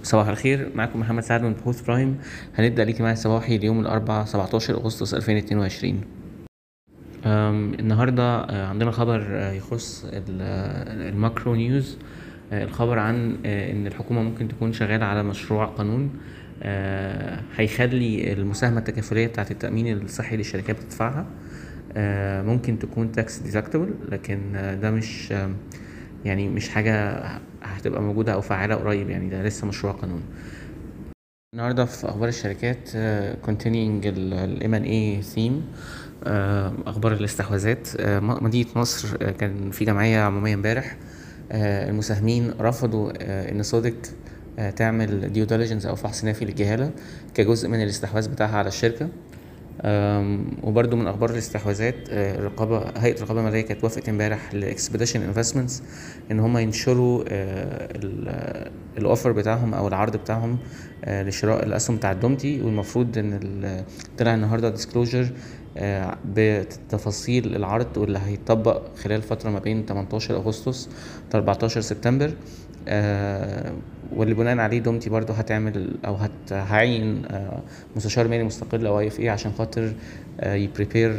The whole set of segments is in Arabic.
صباح الخير، معكم محمد سعد من بحوث برايم. هنبدأ ليكي معي صباحي اليوم الأربعاء 17 أغسطس 2022. النهاردة عندنا خبر يخص الماكرو نيوز. الخبر عن إن الحكومة ممكن تكون شغالة على مشروع قانون هيخلي المساهمة التكافلية بتاعة التأمين الصحي للشركات بتدفعها ممكن تكون تاكس ديدكتبل، لكن ده مش يعني مش حاجة هتبقى موجودة أو فعالة قريب، يعني ده لسه مشروع قانون. النهاردة في أخبار الشركات continuing ال M&A theme، أخبار الاستحواذات. مدينة نصر كان في جمعية عمومية امبارح. المساهمين رفضوا إن صودك تعمل ديو ديليجنس أو فحص نافي للجهالة كجزء من الاستحواذ بتاعها على الشركة. وبرضو من اخبار الاستحواذات، هيئه الرقابه الماليه كانت وافقت امبارح لاكسبيديشن انفستمنتس ان هم ينشروا الاوفر بتاعهم او العرض بتاعهم لشراء الاسهم بتاع الدومتي، والمفروض ان طلع النهارده ديسكلوجر بتفاصيل العرض واللي هيطبق خلال فتره ما بين 18 اغسطس ل 14 سبتمبر. واللي بناء عليه دومتي برضو هتعمل او هعين مستشار مالي مستقل او IFA عشان خاطر يبريبير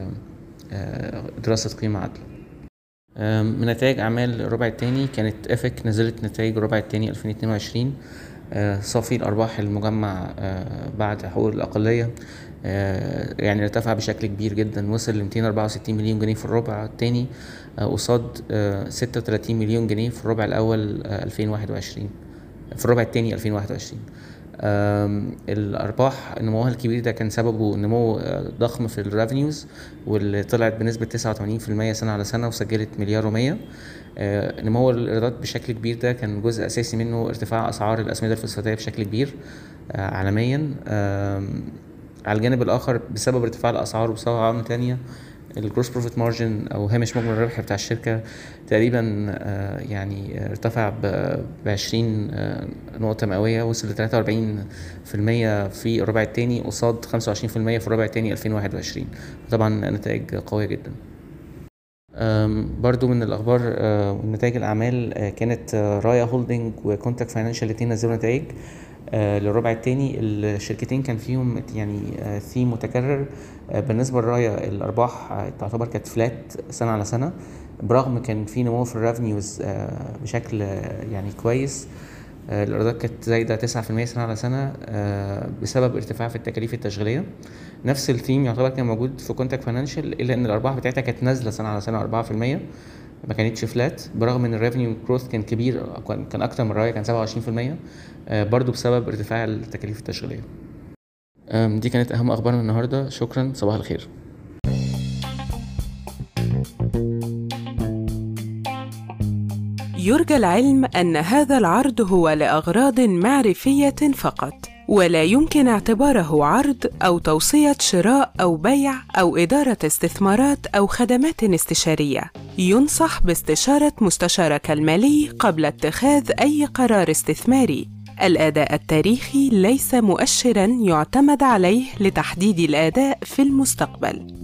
دراسة قيمة عادلة. من نتائج اعمال الربع الثاني كانت افك نزلت نتائج الربع الثاني 2022. صافي الارباح المجمع بعد حقوق الاقليه يعني ارتفع بشكل كبير جدا، وصل ل 264 مليون جنيه في الربع الثاني قصاد 36 مليون جنيه في الربع الاول 2021 في الربع الثاني 2021. الارباح نموها الكبير ده كان سببه نمو ضخم في الريفينيوز، واللي طلعت بنسبه 89% سنه على سنه وسجلت مليار و100. نمو الايرادات بشكل كبير ده كان جزء اساسي منه ارتفاع اسعار الاسمده الفوسفاتيه بشكل كبير عالميا. على الجانب الاخر بسبب ارتفاع الاسعار وبسبب عوامل تانية، الجروس بروفيت مارجن او هامش مجمل الربح بتاع الشركه تقريبا يعني ارتفع ب 20 نقطه مئويه، وصل ل 43% في الربع الثاني قصاد 25% في الربع الثاني 2021. طبعا نتائج قويه جدا. برضو من الاخبار ونتائج الاعمال كانت رايا هولدنج وكونتاكت فاينانشال الاثنين نزلوا نتائج للربع الثاني. الشركتين كان فيهم يعني ثيم متكرر. بالنسبه لرايا الارباح تعتبر كانت فلات سنه على سنه، برغم كان في نمو في الريفنيوز بشكل يعني كويس. الايرادات كانت زايده 9% سنه على سنه بسبب ارتفاع في التكاليف التشغيليه. نفس الثيم يعتبر كان موجود في كونتاكت فاينانشال، الا ان الارباح بتاعتها كانت نازله سنه على سنه 4%، ما كانتش فلات، برغم ان الريفينيو جروث كان كبير، كان اكتر من رايا، كان 27%، برضو بسبب ارتفاع التكاليف التشغيليه. دي كانت اهم اخبارنا النهارده. شكرا، صباح الخير. يرجى العلم أن هذا العرض هو لأغراض معرفية فقط، ولا يمكن اعتباره عرض أو توصية شراء أو بيع أو إدارة استثمارات أو خدمات استشارية. ينصح باستشارة مستشارك المالي قبل اتخاذ أي قرار استثماري. الأداء التاريخي ليس مؤشراً يعتمد عليه لتحديد الأداء في المستقبل.